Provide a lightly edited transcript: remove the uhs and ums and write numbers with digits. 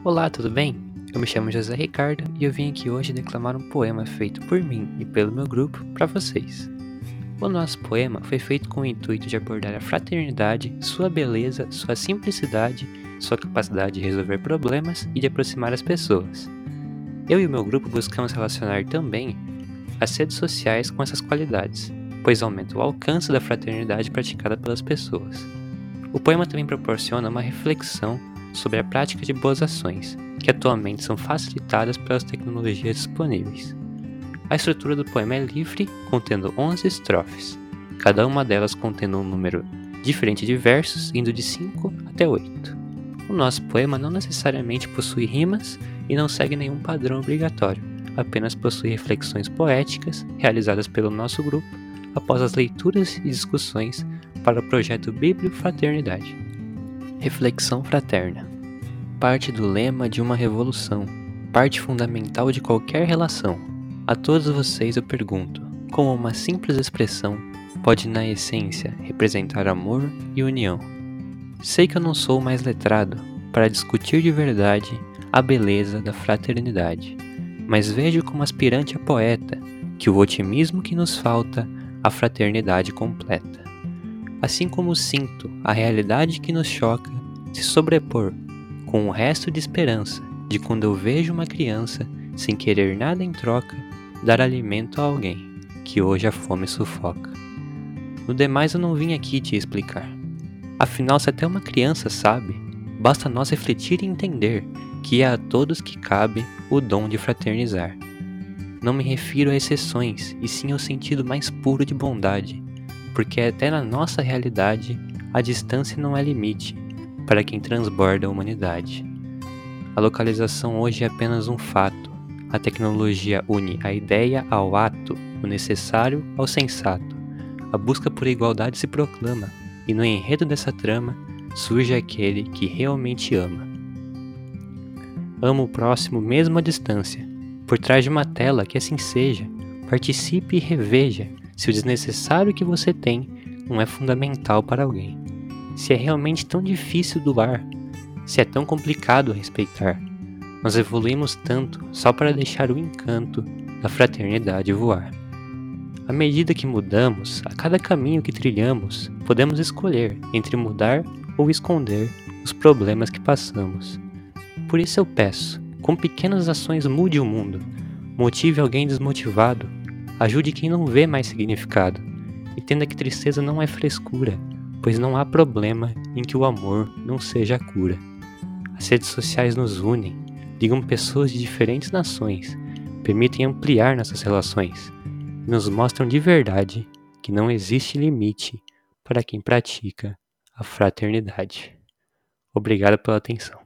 Olá, tudo bem? Eu me chamo José Ricardo e eu vim aqui hoje declamar um poema feito por mim e pelo meu grupo para vocês. O nosso poema foi feito com o intuito de abordar a fraternidade, sua beleza, sua simplicidade, sua capacidade de resolver problemas e de aproximar as pessoas. Eu e o meu grupo buscamos relacionar também as redes sociais com essas qualidades, pois aumenta o alcance da fraternidade praticada pelas pessoas. O poema também proporciona uma reflexão sobre a prática de boas ações, que atualmente são facilitadas pelas tecnologias disponíveis. A estrutura do poema é livre, contendo 11 estrofes, cada uma delas contendo um número diferente de versos, indo de 5 até 8. O nosso poema não necessariamente possui rimas e não segue nenhum padrão obrigatório, apenas possui reflexões poéticas realizadas pelo nosso grupo após as leituras e discussões para o projeto Bibliofraternidade. Reflexão fraterna. Parte do lema de uma revolução, parte fundamental de qualquer relação. A todos vocês eu pergunto, como uma simples expressão pode na essência representar amor e união? Sei que eu não sou o mais letrado para discutir de verdade a beleza da fraternidade, mas vejo como aspirante a poeta que o otimismo que nos falta, a fraternidade completa. Assim como sinto a realidade que nos choca se sobrepor com o resto de esperança de quando eu vejo uma criança, sem querer nada em troca, dar alimento a alguém que hoje a fome sufoca. No demais eu não vim aqui te explicar. Afinal, se até uma criança sabe, basta nós refletir e entender que é a todos que cabe o dom de fraternizar. Não me refiro a exceções, e sim ao sentido mais puro de bondade, porque até na nossa realidade a distância não é limite para quem transborda a humanidade. A localização hoje é apenas um fato. A tecnologia une a ideia ao ato, o necessário ao sensato. A busca por igualdade se proclama, e no enredo dessa trama surge aquele que realmente ama. Ama o próximo mesmo à distância. Por trás de uma tela, que assim seja, participe e reveja se o desnecessário que você tem não é fundamental para alguém. Se é realmente tão difícil doar, se é tão complicado respeitar, nós evoluímos tanto só para deixar o encanto da fraternidade voar. À medida que mudamos, a cada caminho que trilhamos, podemos escolher entre mudar ou esconder os problemas que passamos. Por isso eu peço, com pequenas ações mude o mundo, motive alguém desmotivado, ajude quem não vê mais significado, entenda que tristeza não é frescura, pois não há problema em que o amor não seja a cura. As redes sociais nos unem, ligam pessoas de diferentes nações, permitem ampliar nossas relações e nos mostram de verdade que não existe limite para quem pratica a fraternidade. Obrigado pela atenção.